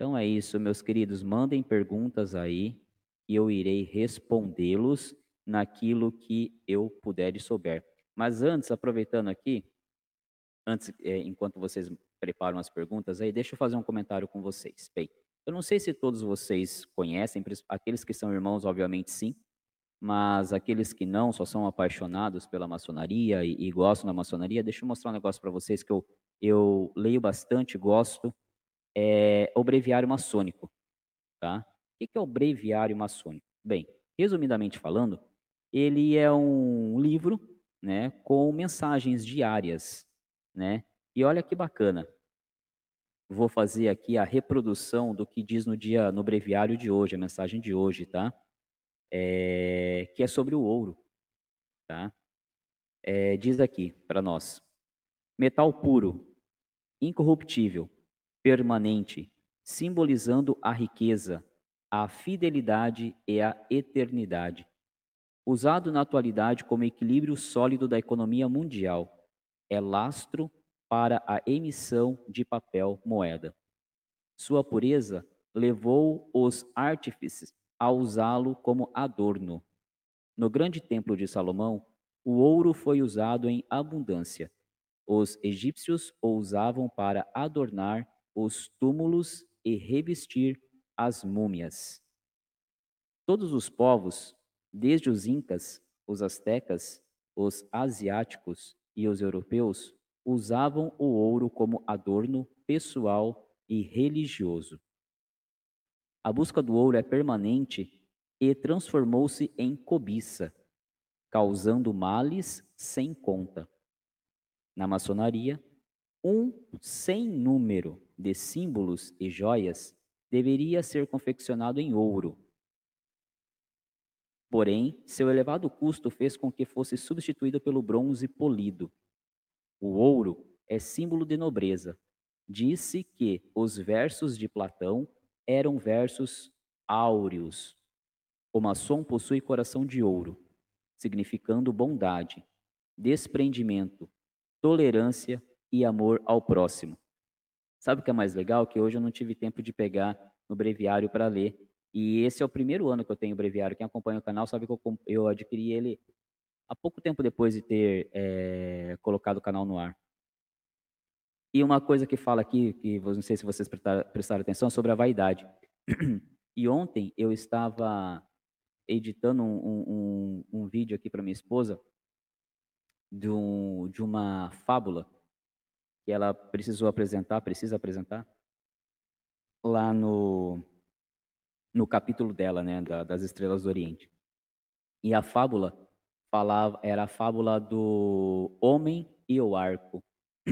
Então é isso, meus queridos, mandem perguntas aí e eu irei respondê-los naquilo que eu puder e souber. Mas antes, aproveitando aqui, enquanto vocês preparam as perguntas aí, deixa eu fazer um comentário com vocês. Bem, eu não sei se todos vocês conhecem, aqueles que são irmãos, obviamente sim, mas aqueles que não, só são apaixonados pela maçonaria e gostam da maçonaria, deixa eu mostrar um negócio para vocês que eu leio bastante, gosto, é o breviário maçônico, tá? O que que é o breviário maçônico? Bem, resumidamente falando, ele é um livro, né, com mensagens diárias, né? E olha que bacana, vou fazer aqui a reprodução do que diz no breviário de hoje, a mensagem de hoje, tá? Que é sobre o ouro, tá? Diz aqui para nós: metal puro, incorruptível, permanente, simbolizando a riqueza, a fidelidade e a eternidade. Usado na atualidade como equilíbrio sólido da economia mundial, é lastro para a emissão de papel moeda. Sua pureza levou os artífices a usá-lo como adorno. No grande templo de Salomão, o ouro foi usado em abundância. Os egípcios o usavam para adornar os túmulos e revestir as múmias. Todos os povos, desde os incas, os astecas, os asiáticos e os europeus, usavam o ouro como adorno pessoal e religioso. A busca do ouro é permanente e transformou-se em cobiça, causando males sem conta. Na maçonaria, um sem número de símbolos e joias deveria ser confeccionado em ouro. Porém, seu elevado custo fez com que fosse substituído pelo bronze polido. O ouro é símbolo de nobreza. Disse que os versos de Platão eram versos áureos. O maçom possui coração de ouro, significando bondade, desprendimento, tolerância e amor ao próximo. Sabe o que é mais legal? Que hoje eu não tive tempo de pegar no breviário para ler. E esse é o primeiro ano que eu tenho o breviário. Quem acompanha o canal sabe que eu adquiri ele há pouco tempo depois de ter colocado o canal no ar. E uma coisa que fala aqui, que não sei se vocês prestaram atenção, sobre a vaidade. E ontem eu estava editando um vídeo aqui para minha esposa de uma fábula que ela precisa apresentar, lá no capítulo dela, né, das Estrelas do Oriente. E a fábula era a fábula do homem e o arco.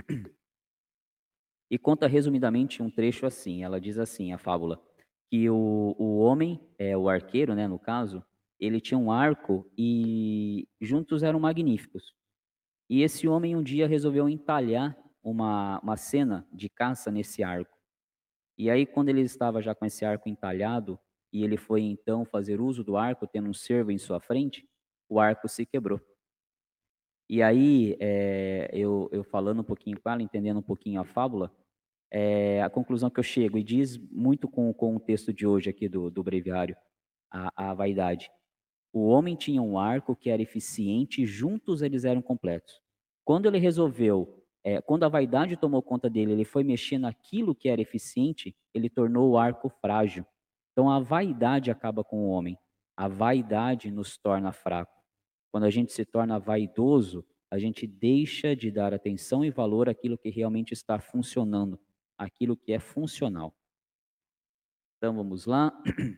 E conta resumidamente um trecho assim, ela diz assim, a fábula, que o homem, o arqueiro, né, no caso, ele tinha um arco e juntos eram magníficos. E esse homem um dia resolveu entalhar uma cena de caça nesse arco. E aí, quando ele estava já com esse arco entalhado, e ele foi então fazer uso do arco, tendo um cervo em sua frente, o arco se quebrou. E aí, eu falando um pouquinho com ela, entendendo um pouquinho a fábula, a conclusão que eu chego, e diz muito com o texto de hoje aqui do breviário, a vaidade. O homem tinha um arco que era eficiente, e juntos eles eram completos. Quando ele resolveu, quando a vaidade tomou conta dele, ele foi mexer naquilo que era eficiente, ele tornou o arco frágil. Então a vaidade acaba com o homem. A vaidade nos torna fraco. Quando a gente se torna vaidoso, a gente deixa de dar atenção e valor àquilo que realmente está funcionando, aquilo que é funcional. Então vamos lá.